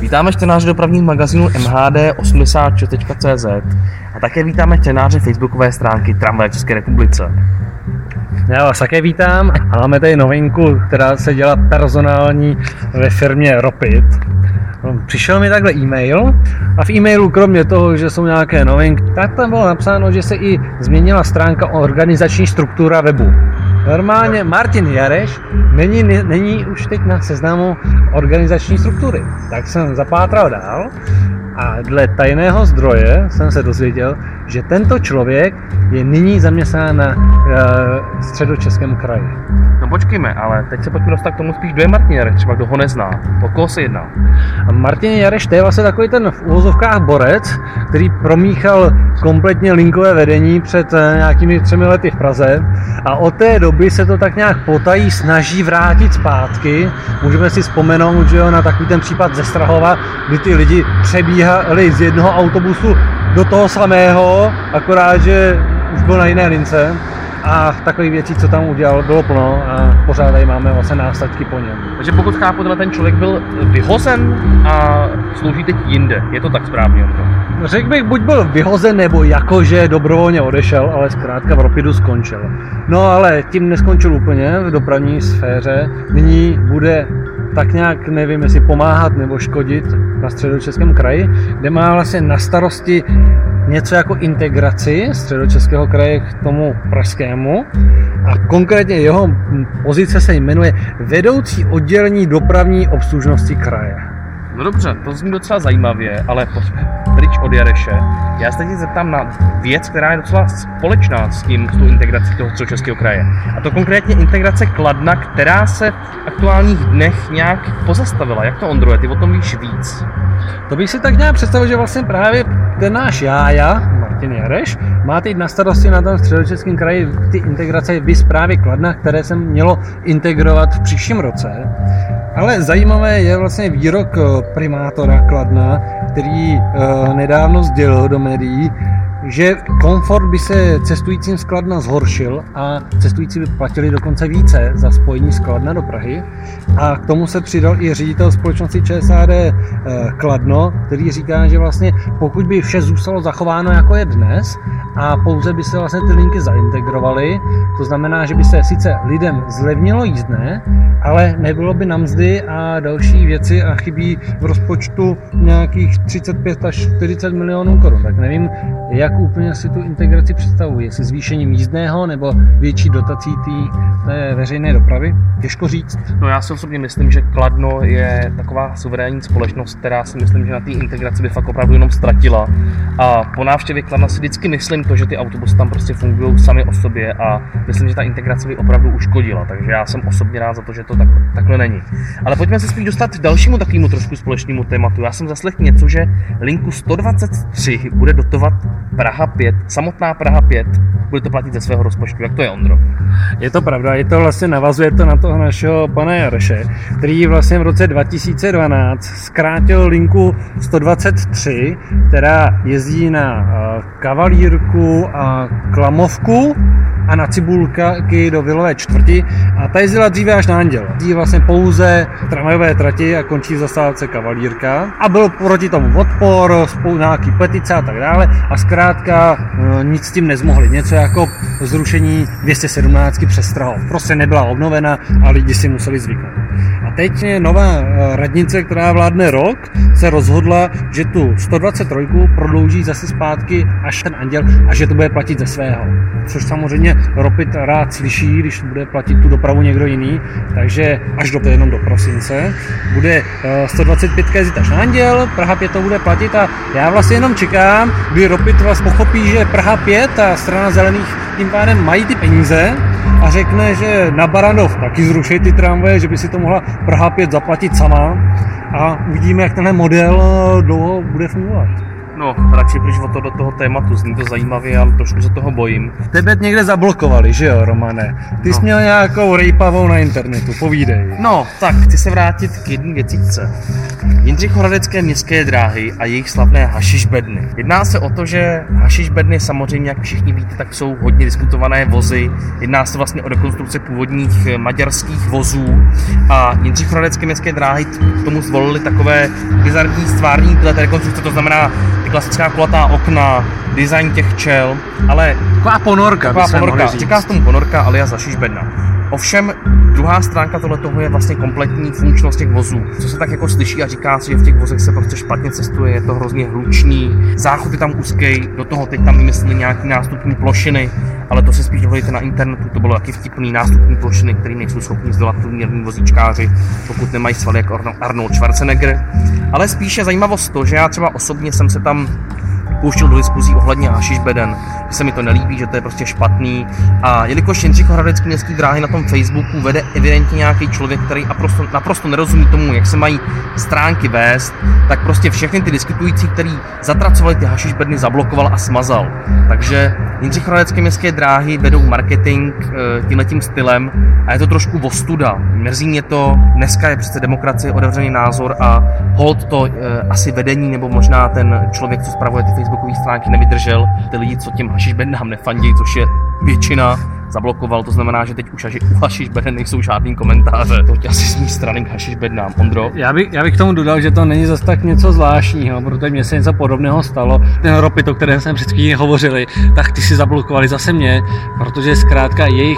Vítáme čtenáře dopravních magazínů MHD86.cz a také vítáme čtenáře facebookové stránky Tramvaje České republice. Já vás také vítám a máme tady novinku, která se dělá personální ve firmě Ropit. Přišel mi takhle e-mail a v e-mailu kromě toho, že jsou nějaké novinky, tak tam bylo napsáno, že se i změnila stránka organizační struktura webu. Normálně Martin Jareš není už teď na seznamu organizační struktury. Tak jsem zapátral dál a dle tajného zdroje jsem se dozvěděl, že tento člověk je nyní zaměstnán na Středočeském kraji. No počkejme, ale teď se pojďme dostat k tomu spíš, kdo je Martin Jareš, třeba kdo ho nezná, o koho se jedná. A Martin Jareš, to je vlastně takový ten v uvozovkách borec, který promíchal kompletně linkové vedení před nějakými 3 lety v Praze a od té doby se to tak nějak potají snaží vrátit zpátky. Můžeme si vzpomenout, že jo, na takový ten případ ze Strahova, kdy ty lidi přebíhali z jednoho autobusu do toho samého, akorát, že už byl na jiné lince. A takových věcí, co tam udělal, bylo plno a pořád tady máme vlastně následky po něm. Takže pokud chápu, ten člověk byl vyhozen a slouží teď jinde. Je to tak správně? Řekl bych, buď byl vyhozen, nebo jakože dobrovolně odešel, ale zkrátka v Ropidu skončil. No ale tím neskončil úplně v dopravní sféře. Nyní bude tak nějak, nevím, jestli pomáhat nebo škodit na Středočeském kraji, kde má vlastně na starosti něco jako integraci Středočeského kraje k tomu pražskému a konkrétně jeho pozice se jmenuje vedoucí oddělení dopravní obslužnosti kraje. No dobře, to zní docela zajímavě, ale pryč od Jareše. Já se teď zeptám na věc, která je docela společná s tou integrací toho Středočeského kraje. A to konkrétně integrace Kladna, která se v aktuálních dnech nějak pozastavila. Jak to, Ondro, ty o tom víš víc? To bych si tak nějak představil, že vlastně právě ten náš Jája, Martin Jareš, má teď na starosti na tom Středočeském kraji ty integrace vys právě Kladna, které se mělo integrovat v příštím roce. Ale zajímavé je vlastně výrok primátora Kladna, který nedávno sdělil do médií, že komfort by se cestujícím z Kladna zhoršil a cestující by platili dokonce více za spojení z Kladna do Prahy. A k tomu se přidal i ředitel společnosti ČSAD Kladno, který říká, že vlastně pokud by vše zůstalo zachováno jako je dnes a pouze by se vlastně ty linky zaintegrovaly, to znamená, že by se sice lidem zlevnilo jízdné, ale nebylo by na mzdy a další věci a chybí v rozpočtu nějakých 35 až 40 milionů korun. Tak nevím, jak úplně si tu integraci představuji, jestli zvýšením jízdného nebo větší dotací té veřejné dopravy. Těžko říct. No já si osobně myslím, že Kladno je taková suverénní společnost, která si myslím, že na té integraci by fakt opravdu jenom ztratila. A po návštěvě Kladna si vždycky myslím to, že ty autobusy tam prostě fungují sami o sobě a myslím, že ta integrace by opravdu uškodila. Takže já jsem osobně rád za to, že to takhle není. Ale pojďme se spíš dostat k dalšímu takovému trošku společnému tématu. Já jsem zaslechl něco, že linku 123 bude dotovat Praha 5, samotná Praha 5, bude to platit ze svého rozpočtu. Jak to je, Ondro? Je to pravda, je to vlastně navazuje to na toho našeho pana Jareše, který vlastně v roce 2012 zkrátil linku 123, která jezdí na Kavalírku a Klamovku a na Cibulky do Vilové čtvrti a ta jezdila dříve až na Anděl. Jezdí vlastně pouze tramvajové trati a končí v zastávce Kavalírka a byl proti tomu odpor, nějaký petice a tak dále a zkrátka nic s tím nezmohli. Něco jako zrušení 217 přes Strahov. Prostě nebyla obnovena a lidi si museli zvyknout. A teď nová radnice, která vládne rok, se rozhodla, že tu 123 prodlouží zase zpátky až ten Anděl a že to bude platit ze svého. Což samozřejmě Ropit rád slyší, když bude platit tu dopravu někdo jiný, takže až jenom do prosince bude 125 jezdit až na Anděl, Praha 5 to bude platit a já vlastně jenom čekám, kdy Ropit vás pochopí, že Praha 5 a strana zelených tím pádem mají ty peníze a řekne, že na Baranov taky zruší ty tramvaje, že by si to mohla Praha 5 zaplatit sama a uvidíme, jak tenhle model dlouho bude fungovat. No, radši pryč do toho tématu, zní to zajímavě, ale trošku se toho bojím. Tebe někde zablokovali, že jo, Romane? Ty jsi měl nějakou rejpavou na internetu, povídej. No, tak, chci se vrátit k jedné věcíčce. Jindřichohradecké městské dráhy a jejich slavné hašiš bedny. Jedná se o to, že hašiš bedny samozřejmě, jak všichni víte, tak jsou hodně diskutované vozy. Jedná se vlastně o rekonstrukce původních maďarských vozů a Jindřichohradecké městské dráhy k tomu zvolili takové bizarní stvární tyhle rekonstrukce, to znamená ty klasická kulatá okna, design těch čel, ale taková ponorka, říká se tomu ponorka alias hašiš bedna. Ovšem, druhá stránka tohletoho je vlastně kompletní funkčnost těch vozů. Co se tak jako slyší a říká si, že v těch vozech se prostě špatně cestuje, je to hrozně hlučný, záchod je tam úzký, do toho teď tam vymysleli nějaký nástupní plošiny, ale to se spíš dohledejte na internetu, to bylo taky vtipný nástupní plošiny, které nejsou schopni zdolat průměrní vozíčkáři, pokud nemají svaly jako Arnold Schwarzenegger. Ale spíše zajímavost to, že já třeba osobně jsem se tam pouštěl do diskuzí ohledně hašiš beden, že se mi to nelíbí, že to je prostě špatný. A jelikož Jindřichohradecké městské dráhy na tom Facebooku vede evidentně nějaký člověk, který naprosto nerozumí tomu, jak se mají stránky vést, tak prostě všechny ty diskutující, který zatracovali ty hašiš bedny, zablokoval a smazal. Takže Jindřichohradecké městské dráhy vedou marketing tímhletím stylem a je to trošku ostuda. Mrzí mě to, dneska je přece demokracie, otevřený názor a hold to asi vedení nebo možná ten člověk, co spravuje ty facebookové stránky, nevydržel. Ty lidi, co těm hašiš bednám nefandí, což je většina, zablokoval, to znamená, že teď už u hašiš beden nejsou žádný komentáře. To asi z mý strany k hašiš bednám. Ondro? Já bych k tomu dodal, že to není zas tak něco zvláštního, protože mně se něco podobného stalo. Ten Ropit, o kterém jsme před chvílí hovořili, tak ty si zablokovali zase mě, protože zkrátka jejich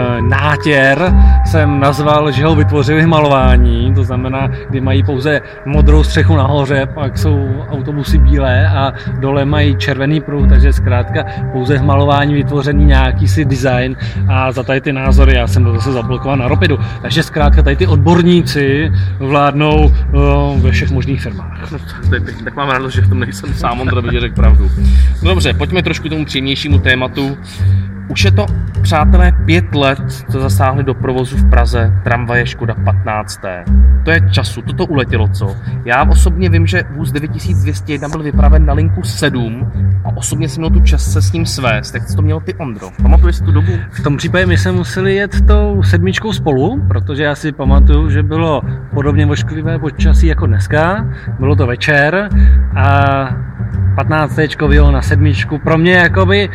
nátěr jsem nazval, že ho vytvořili malování, to znamená, kdy mají pouze modrou střechu nahoře, pak jsou autobusy bílé a dole mají červený pruh, takže zkrátka pouze malování vytvořený nějaký si design. A za tady ty názory já jsem to zase zablokoval na Ropidu. Takže zkrátka tady ty odborníci vládnou ve všech možných firmách. Tak mám radost, že v tom nejsem sám, Ondra by řekl pravdu. No dobře, pojďme trošku k tomu příjemnějšímu tématu. Už je to, přátelé, 5 let, co zasáhli do provozu v Praze tramvaje Škoda 15. To je času, toto uletělo, co? Já osobně vím, že vůz 9201 byl vypraven na linku 7 a osobně jsem měl tu čas se s ním svést. Jak jsi to měl ty, Ondro? Pamatuješ si tu dobu? V tom případě my jsme museli jet tou 7 spolu, protože já si pamatuju, že bylo podobně ošklivé počasí jako dneska. Bylo to večer a 15 vyjelo na 7. Pro mě jakoby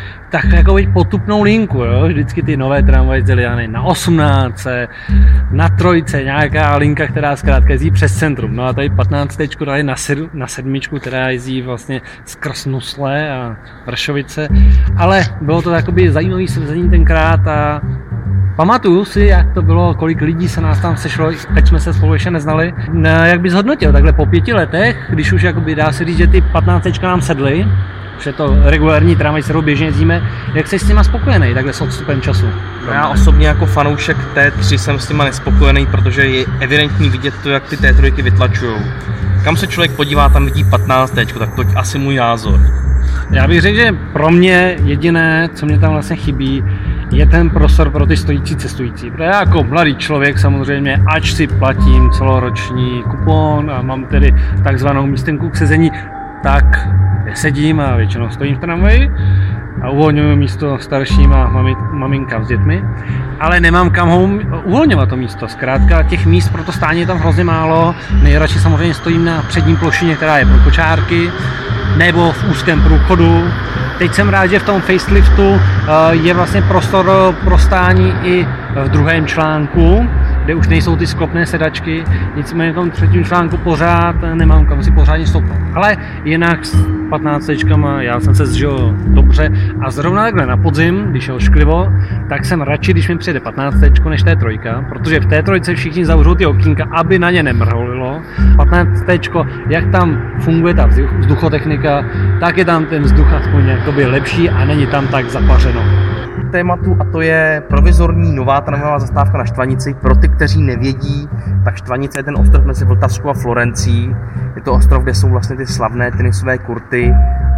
potupnou linku, jo? Vždycky ty nové tramvaje jezdily na 18, na 3, nějaká linka, která zkrátka jezdí přes centrum. No a tady 15 dali na 7, která jezdí vlastně skrz Nusle a Vršovice. Ale bylo to takový zajímavý sezení tenkrát a pamatuju si, jak to bylo, kolik lidí se nás tam sešlo, teď jsme se spolu ještě neznali. Jak bys hodnotil takhle po 5 letech, když už jakoby dá se říct, že ty 15 nám sedly, že je to regulární tramvaj, kterou běžně jezdíme, jak jsi s těma spokojený takhle s odstupem času? Já osobně jako fanoušek T3 jsem s těma nespokojený, protože je evidentní vidět to, jak ty T3 vytlačujou. Kam se člověk podívá, tam vidí 15, tak to je asi můj názor. Já bych řekl, že pro mě jediné, co mě tam vlastně chybí, je ten prostor pro ty stojící cestující. Protože já jako mladý člověk samozřejmě, ač si platím celoroční kupon a mám tedy takzvanou místenku k sezení, tak sedím a většinou stojím v tramvaji a uvolňuju místo starším a maminkám s dětmi, ale nemám kam uvolňovat to místo. Zkrátka těch míst pro to stání je tam hrozně málo. Nejradši samozřejmě stojím na předním plošině, která je pro kočárky, nebo v úzkém průchodu. Teď jsem rád, že v tom faceliftu je vlastně prostor pro stání i v druhém článku, kde už nejsou ty sklopné sedačky, nicméně v tom třetím článku pořád nemám kam si pořádně stoupnout. Ale jinak s 15 já jsem se zžil dobře a zrovna takhle na podzim, když je ošklivo, tak jsem radši, když mi přijde 15 než T3, protože v T3 všichni zavřou ty okýnka, aby na ně nemrholilo. 15 jak tam funguje ta vzduchotechnika, tak je tam ten vzduch aspoň jakoby lepší a není tam tak zapařeno. Tématu a to je provizorní nová tramvajová zastávka na Štvanici. Pro ty, kteří nevědí, tak Štvanice je ten ostrov mezi Vltavskou a Florencií. Je to ostrov, kde jsou vlastně ty slavné tenisové kurty a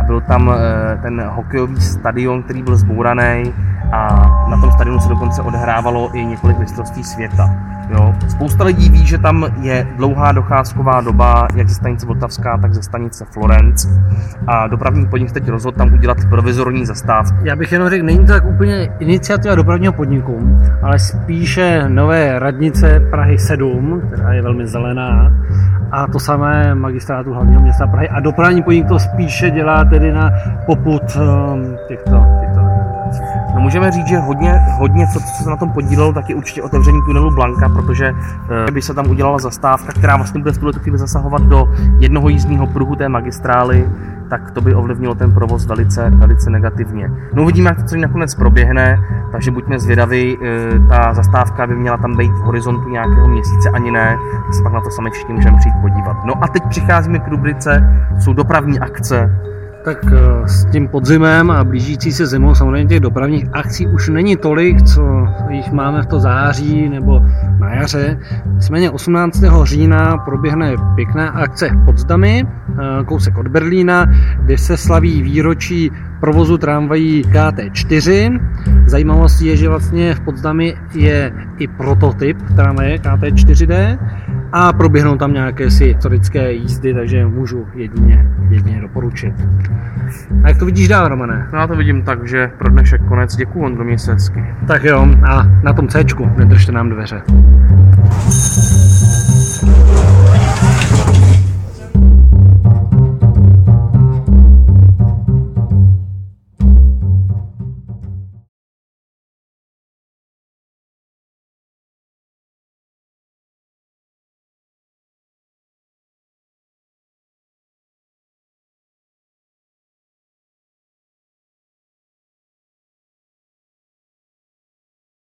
a byl tam ten hokejový stadion, který byl zbouraný a na tom stadionu se dokonce odehrávalo i několik mistrovství světa. Jo. Spousta lidí ví, že tam je dlouhá docházková doba, jak ze stanice Vltavská, tak ze stanice Florenc. A dopravní podnik teď rozhodl tam udělat provizorní zastávku. Já bych jenom řekl, není to tak úplně iniciativa dopravního podniku, ale spíše nové radnice Prahy 7, která je velmi zelená, a to samé magistrátu hlavního města Prahy. A dopravní podnik to spíše dělá tedy na popud těchto No, můžeme říct, že hodně co se na tom podílelo, tak je určitě otevření tunelu Blanka, protože by se tam udělala zastávka, která vlastně bude v tuhle chvíli zasahovat do jednoho jízdního pruhu té magistrály, tak to by ovlivnilo ten provoz velice negativně. No, uvidíme, jak to celý nakonec proběhne, takže buďme zvědaví, ta zastávka by měla tam být v horizontu nějakého měsíce, ani ne, tak se pak na to sami všichni můžeme přijít podívat. No a teď přicházíme k rubrice, jsou dopravní akce. Tak s tím podzimem a blížící se zimou samozřejmě těch dopravních akcí už není tolik, co jich máme v to září nebo na jaře. Nicméně 18. října proběhne pěkná akce v Potsdami, kousek od Berlína, kde se slaví výročí provozu tramvají KT4. Zajímavostí je, že vlastně v Potsdami je i prototyp tramvaje KT4D a proběhnou tam nějaké si historické jízdy, takže můžu jedině doporučit. A jak to vidíš dál, Romane? No, já to vidím tak, že pro dnešek konec. Děkuju, Ondro, měj se hezky. Tak jo, a na tom Cčku nedržte nám dveře.